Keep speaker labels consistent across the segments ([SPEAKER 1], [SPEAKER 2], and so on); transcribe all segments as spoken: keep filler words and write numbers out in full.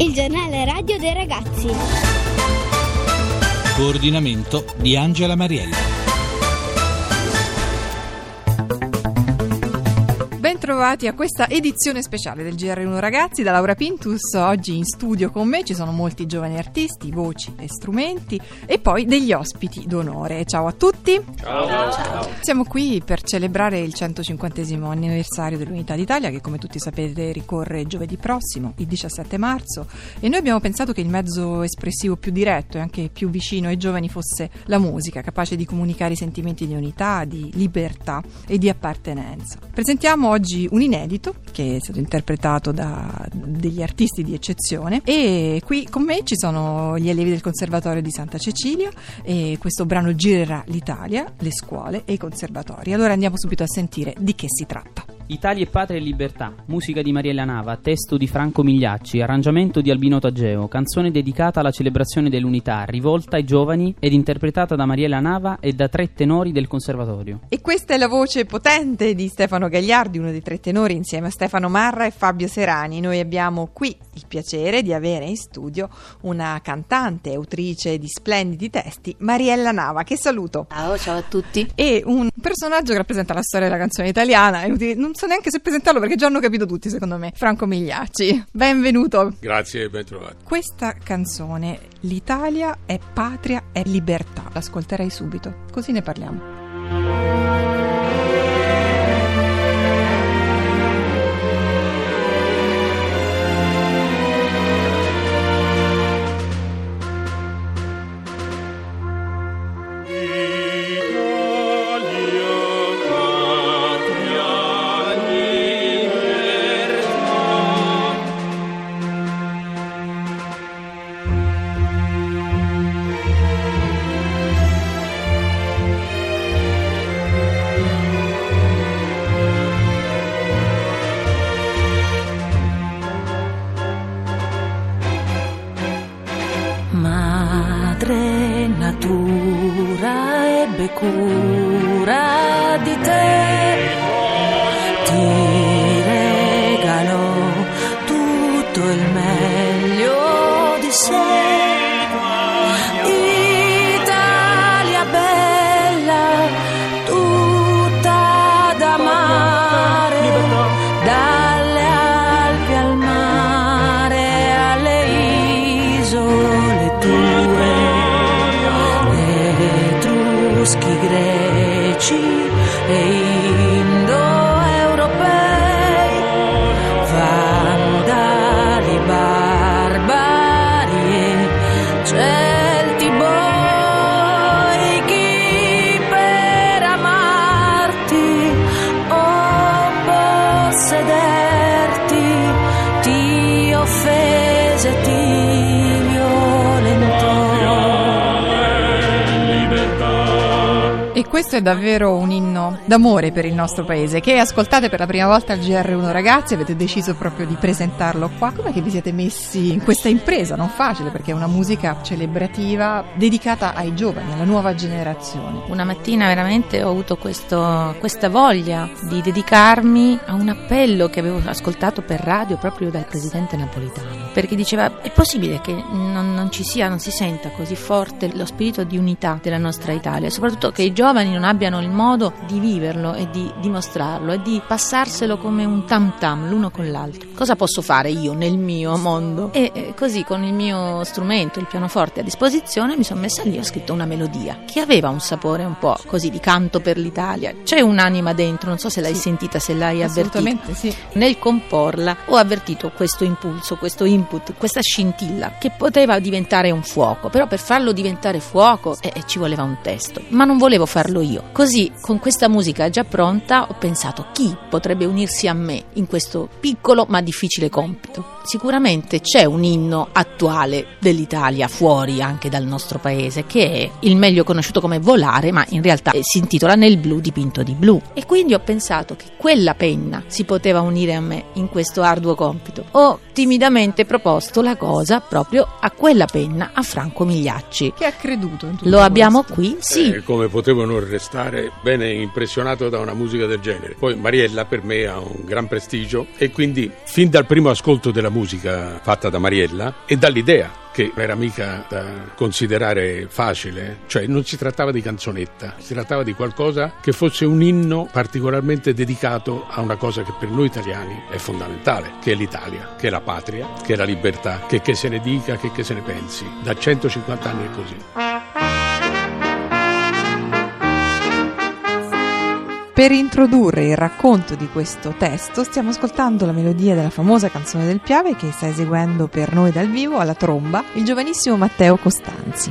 [SPEAKER 1] il giornale radio dei ragazzi.
[SPEAKER 2] Coordinamento di Angela Mariella.
[SPEAKER 3] Bentrovati a questa edizione speciale del G R uno Ragazzi da Laura Pintus. Oggi in studio con me ci sono molti giovani artisti, voci e strumenti e poi degli ospiti d'onore. Ciao a tutti.
[SPEAKER 4] Ciao. Ciao. Ciao.
[SPEAKER 3] Siamo qui per celebrare il centocinquantesimo anniversario dell'Unità d'Italia, che come tutti sapete ricorre giovedì prossimo, il diciassette marzo, e noi abbiamo pensato che il mezzo espressivo più diretto e anche più vicino ai giovani fosse la musica, capace di comunicare i sentimenti di unità, di libertà e di appartenenza. Presentiamo oggi un inedito che è stato interpretato da degli artisti di eccezione, e qui con me ci sono gli allievi del Conservatorio di Santa Cecilia, e questo brano girerà l'Italia, le scuole e i conservatori. Allora andiamo subito a sentire di che si tratta.
[SPEAKER 4] Italia e Patria e Libertà, musica di Mariella Nava, testo di Franco Migliacci, arrangiamento di Albino Tageo, canzone dedicata alla celebrazione dell'unità, rivolta ai giovani ed interpretata da Mariella Nava e da tre tenori del Conservatorio.
[SPEAKER 3] E questa è la voce potente di Stefano Gagliardi, uno dei tre tenori, insieme a Stefano Marra e Fabio Serani. Noi abbiamo qui il piacere di avere in studio una cantante, autrice di splendidi testi, Mariella Nava, che saluto.
[SPEAKER 5] Ciao, ciao a tutti.
[SPEAKER 3] E un personaggio che rappresenta la storia della canzone italiana, e non so neanche se presentarlo perché già hanno capito tutti, secondo me. Franco Migliacci, benvenuto.
[SPEAKER 6] Grazie, ben trovato.
[SPEAKER 3] Questa canzone, l'Italia è patria, è libertà, l'ascolterei subito, così ne parliamo.
[SPEAKER 5] Madre natura ebbe cura di te, ti regalò tutto il meglio di sé. Italia bella, tutta da amare, dalle Alpi al mare, alle isole tue, etruschi, greci e indoeuropei, vandali, barbari e celti boi, chi per amarti o possederti ti offese, ti violentò.
[SPEAKER 3] E questo è davvero un inno d'amore per il nostro paese, che ascoltate per la prima volta al G R uno Ragazzi. Avete deciso proprio di presentarlo qua. Com'è che vi siete messi in questa impresa? Non facile, perché è una musica celebrativa dedicata ai giovani, alla nuova generazione.
[SPEAKER 5] Una mattina veramente ho avuto questo, questa voglia di dedicarmi a un appello che avevo ascoltato per radio proprio dal presidente Napolitano, perché diceva: è possibile che non, non ci sia, non si senta così forte lo spirito di unità della nostra Italia, soprattutto che i giovani non abbiano il modo di viverlo e di dimostrarlo e di passarselo come un tam tam l'uno con l'altro. Cosa posso fare io nel mio mondo? E eh, così, con il mio strumento, il pianoforte a disposizione, mi sono messa lì e ho scritto una melodia che aveva un sapore un po' così di canto per l'Italia. C'è un'anima dentro, non so se l'hai sì. sentita, se l'hai
[SPEAKER 3] Assolutamente,
[SPEAKER 5] avvertita.
[SPEAKER 3] Sì.
[SPEAKER 5] Nel comporla ho avvertito questo impulso, questo input, questa scintilla che poteva diventare un fuoco, però per farlo diventare fuoco eh, ci voleva un testo, ma non volevo farlo io. Così, con questa musica già pronta, ho pensato: chi potrebbe unirsi a me in questo piccolo ma difficile compito? Sicuramente c'è un inno attuale dell'Italia fuori anche dal nostro paese, che è il meglio conosciuto come Volare, ma in realtà si intitola Nel blu dipinto di blu. E quindi ho pensato che quella penna si poteva unire a me in questo arduo compito. Ho timidamente proposto la cosa proprio a quella penna, a Franco Migliacci,
[SPEAKER 3] che ha creduto in tutto
[SPEAKER 5] Lo abbiamo
[SPEAKER 3] questo.
[SPEAKER 5] qui, sì.
[SPEAKER 6] Eh, come potevo non restare bene impressionato da una musica del genere. Poi Mariella per me ha un gran prestigio, e quindi fin dal primo ascolto della musica musica fatta da Mariella e dall'idea che non era mica da considerare facile, cioè non si trattava di canzonetta, si trattava di qualcosa che fosse un inno particolarmente dedicato a una cosa che per noi italiani è fondamentale, che è l'Italia, che è la patria, che è la libertà, che che se ne dica, che che se ne pensi. Da centocinquanta anni è così.
[SPEAKER 3] Per introdurre il racconto di questo testo stiamo ascoltando la melodia della famosa canzone del Piave che sta eseguendo per noi dal vivo alla tromba il giovanissimo Matteo Costanzi.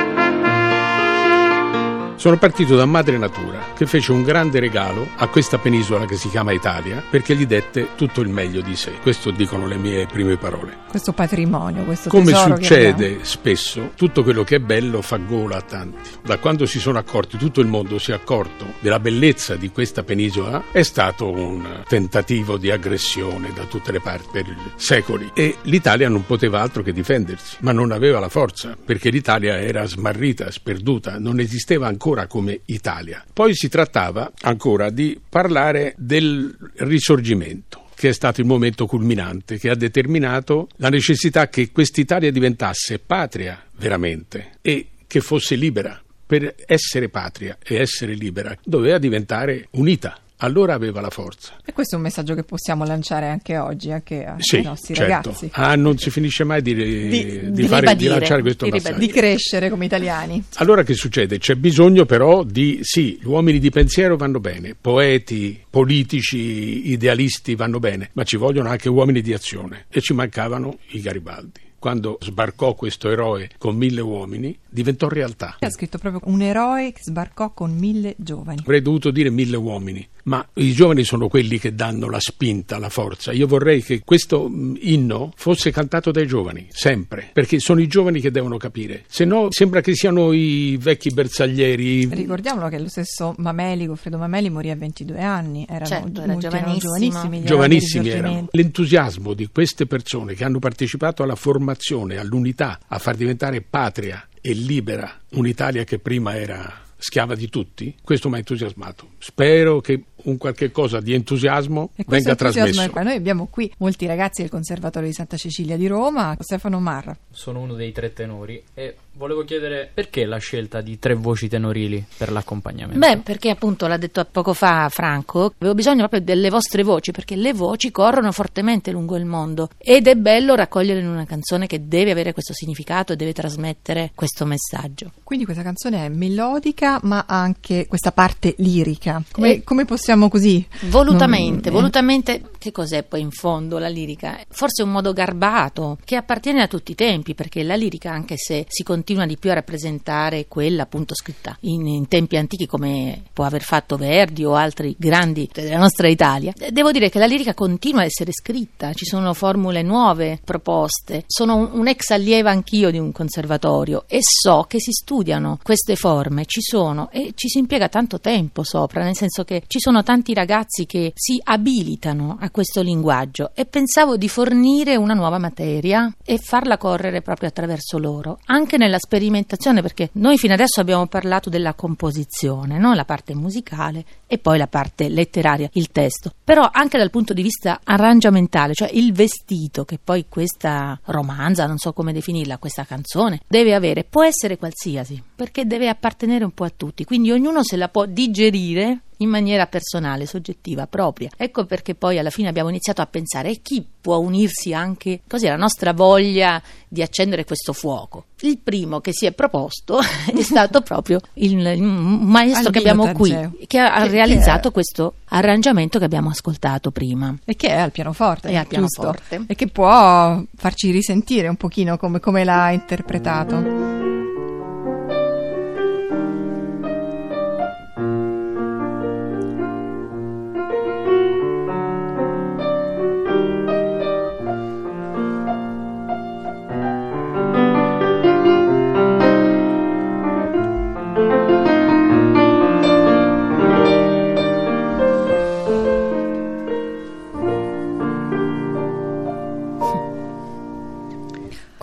[SPEAKER 6] Sono partito da Madre Natura, che fece un grande regalo a questa penisola che si chiama Italia, perché gli dette tutto il meglio di sé. Questo dicono le mie prime parole.
[SPEAKER 3] Questo patrimonio, questo
[SPEAKER 6] Come
[SPEAKER 3] tesoro
[SPEAKER 6] succede
[SPEAKER 3] che
[SPEAKER 6] spesso, tutto quello che è bello fa gola a tanti. Da quando si sono accorti, tutto il mondo si è accorto della bellezza di questa penisola, è stato un tentativo di aggressione da tutte le parti per secoli. E l'Italia non poteva altro che difendersi, ma non aveva la forza, perché l'Italia era smarrita, sperduta, non esisteva ancora come Italia. Poi si trattava ancora di parlare del Risorgimento, che è stato il momento culminante che ha determinato la necessità che quest'Italia diventasse patria veramente e che fosse libera. Per essere patria e essere libera doveva diventare unita. Allora aveva la forza.
[SPEAKER 3] E questo è un messaggio che possiamo lanciare anche oggi, anche ai
[SPEAKER 6] sì,
[SPEAKER 3] nostri
[SPEAKER 6] certo.
[SPEAKER 3] ragazzi.
[SPEAKER 6] Ah, non si finisce mai di, di,
[SPEAKER 5] di,
[SPEAKER 6] di, fare, di lanciare questo
[SPEAKER 5] di
[SPEAKER 6] messaggio.
[SPEAKER 3] Di crescere come italiani.
[SPEAKER 6] Allora che succede? C'è bisogno però di, sì, gli uomini di pensiero vanno bene, poeti, politici, idealisti vanno bene, ma ci vogliono anche uomini di azione. E ci mancavano i Garibaldi. Quando sbarcò questo eroe con mille uomini, diventò realtà.
[SPEAKER 3] Ha scritto proprio un eroe che sbarcò con mille giovani.
[SPEAKER 6] Avrei dovuto dire mille uomini, ma i giovani sono quelli che danno la spinta, la forza. Io vorrei che questo inno fosse cantato dai giovani, sempre, perché sono i giovani che devono capire. Se no sembra che siano i vecchi bersaglieri.
[SPEAKER 3] Ricordiamolo che lo stesso Mameli, Goffredo Mameli, morì a ventidue anni. Erano,
[SPEAKER 5] certo, era
[SPEAKER 3] molti erano
[SPEAKER 5] giovanissimo.
[SPEAKER 3] giovanissimi. gli
[SPEAKER 6] Giovanissimi
[SPEAKER 3] erano.
[SPEAKER 6] erano. L'entusiasmo di queste persone che hanno partecipato alla formazione, all'unità, a far diventare patria e libera un'Italia che prima era schiava di tutti, questo mi ha entusiasmato. Spero che un qualche cosa di entusiasmo
[SPEAKER 3] E
[SPEAKER 6] venga trasmesso.
[SPEAKER 3] È qua. Noi abbiamo qui molti ragazzi del Conservatorio di Santa Cecilia di Roma. Stefano Marra.
[SPEAKER 7] Sono uno dei tre tenori e volevo chiedere perché la scelta di tre voci tenorili per l'accompagnamento?
[SPEAKER 5] Beh, perché appunto l'ha detto poco fa Franco, avevo bisogno proprio delle vostre voci, perché le voci corrono fortemente lungo il mondo ed è bello raccogliere in una canzone che deve avere questo significato e deve trasmettere questo messaggio.
[SPEAKER 3] Quindi questa canzone è melodica ma ha anche questa parte lirica. Come,
[SPEAKER 5] E-
[SPEAKER 3] come possiamo così?
[SPEAKER 5] Volutamente,
[SPEAKER 3] Non- eh.
[SPEAKER 5] volutamente, che cos'è poi in fondo la lirica? Forse un modo garbato che appartiene a tutti i tempi, perché la lirica, anche se si continua di più a rappresentare quella appunto scritta in, in tempi antichi come può aver fatto Verdi o altri grandi della nostra Italia, devo dire che la lirica continua a essere scritta, ci sono formule nuove proposte, sono un, un ex allieva anch'io di un conservatorio e so che si studiano queste forme, ci sono e ci si impiega tanto tempo sopra, nel senso che ci sono tanti ragazzi che si abilitano a questo linguaggio e pensavo di fornire una nuova materia e farla correre proprio attraverso loro, anche nella sperimentazione, perché noi fino adesso abbiamo parlato della composizione, no? La parte musicale e poi la parte letteraria, il testo, però anche dal punto di vista arrangiamentale, cioè il vestito che poi questa romanza, non so come definirla, questa canzone deve avere, può essere qualsiasi, perché deve appartenere un po' a tutti, quindi ognuno se la può digerire in maniera personale, soggettiva, propria. Ecco perché poi alla fine abbiamo iniziato a pensare e chi può unirsi anche, così, la nostra voglia di accendere questo fuoco. Il primo che si è proposto è stato proprio il, il maestro
[SPEAKER 3] Albino
[SPEAKER 5] che abbiamo
[SPEAKER 3] Taggeo.
[SPEAKER 5] qui, che ha
[SPEAKER 3] Che-
[SPEAKER 5] realizzato
[SPEAKER 3] che-
[SPEAKER 5] questo arrangiamento che abbiamo ascoltato prima.
[SPEAKER 3] E che è al pianoforte,
[SPEAKER 5] È al
[SPEAKER 3] giusto?
[SPEAKER 5] pianoforte.
[SPEAKER 3] E che può farci risentire un pochino come, come l'ha interpretato.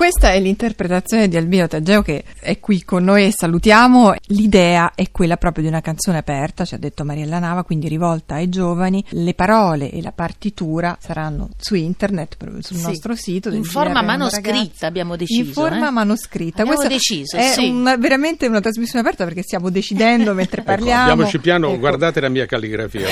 [SPEAKER 3] Questa è l'interpretazione di Albino Taggeo, che è qui con noi e salutiamo. L'idea è quella proprio di una canzone aperta, ci ha detto Mariella Nava, quindi rivolta ai giovani. Le parole e la partitura saranno su internet, sul
[SPEAKER 5] sì.
[SPEAKER 3] nostro sito.
[SPEAKER 5] In forma manoscritta abbiamo deciso.
[SPEAKER 3] In forma
[SPEAKER 5] eh?
[SPEAKER 3] manoscritta.
[SPEAKER 5] Abbiamo
[SPEAKER 3] Questa
[SPEAKER 5] deciso,
[SPEAKER 3] è
[SPEAKER 5] sì.
[SPEAKER 3] una, veramente una trasmissione aperta, perché stiamo decidendo mentre parliamo.
[SPEAKER 6] Ecco, abbiamoci piano,
[SPEAKER 3] ecco.
[SPEAKER 6] Guardate la mia calligrafia.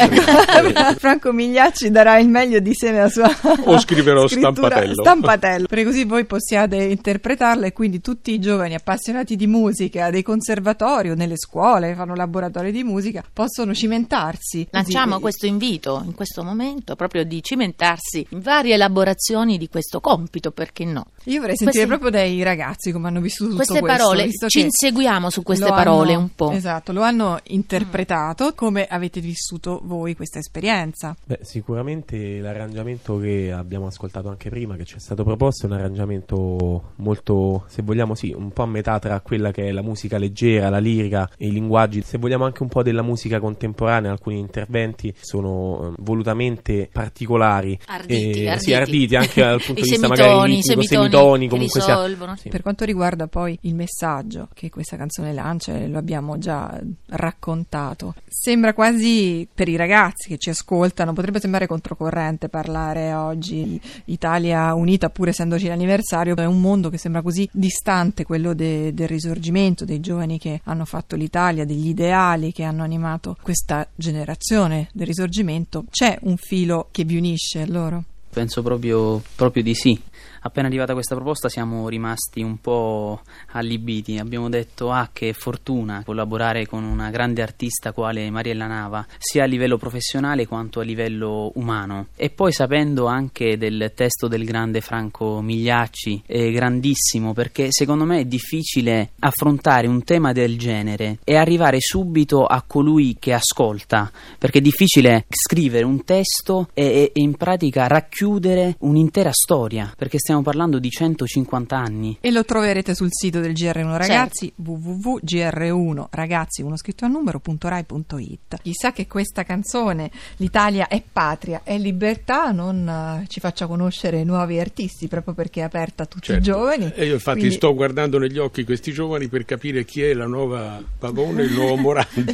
[SPEAKER 3] Franco Migliacci darà il meglio di sé nella sua
[SPEAKER 6] O scriverò
[SPEAKER 3] scrittura,
[SPEAKER 6] stampatello.
[SPEAKER 3] stampatello, perché così voi possiate interpretarla, e quindi tutti i giovani appassionati di musica, dei conservatori o nelle scuole che fanno laboratori di musica, possono cimentarsi.
[SPEAKER 5] Lanciamo
[SPEAKER 3] così.
[SPEAKER 5] questo invito in questo momento proprio di cimentarsi in varie elaborazioni di questo compito, perché no?
[SPEAKER 3] Io vorrei sentire
[SPEAKER 5] Queste-
[SPEAKER 3] proprio dai ragazzi come hanno vissuto tutto
[SPEAKER 5] Queste
[SPEAKER 3] questo,
[SPEAKER 5] parole,
[SPEAKER 3] visto
[SPEAKER 5] ci
[SPEAKER 3] che
[SPEAKER 5] inseguiamo su queste
[SPEAKER 3] lo
[SPEAKER 5] parole
[SPEAKER 3] hanno-
[SPEAKER 5] un po'.
[SPEAKER 3] Esatto, lo hanno interpretato. Come avete vissuto voi questa esperienza?
[SPEAKER 8] Beh, sicuramente l'arrangiamento che abbiamo ascoltato anche prima, che ci è stato proposto, è un arrangiamento molto, se vogliamo, sì, un po' a metà tra quella che è la musica leggera, la lirica e i linguaggi, se vogliamo anche un po' della musica contemporanea. Alcuni interventi sono eh, volutamente particolari,
[SPEAKER 5] Arditi,
[SPEAKER 8] eh,
[SPEAKER 5] arditi.
[SPEAKER 8] sì, arditi anche dal punto
[SPEAKER 5] I
[SPEAKER 8] di vista
[SPEAKER 5] semitoni,
[SPEAKER 8] magari
[SPEAKER 5] i
[SPEAKER 8] ritmico,
[SPEAKER 5] semitoni
[SPEAKER 8] semitoni,
[SPEAKER 5] che
[SPEAKER 8] comunque sia.
[SPEAKER 5] risolvono.
[SPEAKER 8] Sì.
[SPEAKER 3] Per quanto riguarda poi il messaggio che questa canzone lancia, e lo abbiamo già raccontato, sembra quasi, per i ragazzi che ci ascoltano, potrebbe sembrare controcorrente parlare oggi Italia unita, pur essendoci l'anniversario. È un mondo che sembra così distante, quello de- del risorgimento, dei giovani che hanno fatto l'Italia, degli ideali che hanno animato questa generazione del risorgimento. C'è un filo che vi unisce a loro?
[SPEAKER 4] Penso proprio, proprio di sì. Appena arrivata questa proposta siamo rimasti un po' allibiti. Abbiamo detto: ah, che fortuna collaborare con una grande artista quale Mariella Nava, sia a livello professionale quanto a livello umano. E poi, sapendo anche del testo del grande Franco Migliacci, è grandissimo, perché secondo me è difficile affrontare un tema del genere e arrivare subito a colui che ascolta, perché è difficile scrivere un testo e, e, e in pratica racchiudere un'intera storia, perché stiamo parlando di centocinquanta anni.
[SPEAKER 3] E lo troverete sul sito del G R uno Ragazzi, w w w punto g r uno ragazzi uno scritto a numero punto rai punto it. Chissà che questa canzone, l'Italia è patria, è libertà, non uh, ci faccia conoscere nuovi artisti, proprio perché è aperta a tutti
[SPEAKER 6] Certo.
[SPEAKER 3] i giovani.
[SPEAKER 6] E io infatti
[SPEAKER 3] Quindi-
[SPEAKER 6] sto guardando negli occhi questi giovani per capire chi è la nuova Pavone e il nuovo Morandi.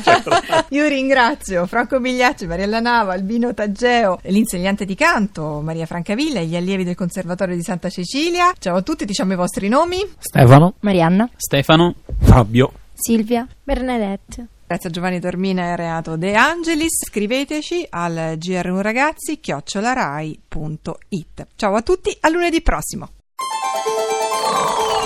[SPEAKER 3] Io ringrazio Franco Migliacci, Mariella Nava, Albino Taggeo, l'insegnante di canto Maria Francavilla e gli allievi del Conservatorio di Santa Cecilia. Ciao a tutti, diciamo i vostri nomi.
[SPEAKER 7] Stefano,
[SPEAKER 1] Marianna,
[SPEAKER 4] Stefano,
[SPEAKER 8] Fabio.
[SPEAKER 1] Silvia, Bernadette.
[SPEAKER 3] Grazie a Giovanni Tormina e Reato De Angelis. Scriveteci al g r uno ragazzi chiocciola rai punto it. Ciao a tutti, a lunedì prossimo.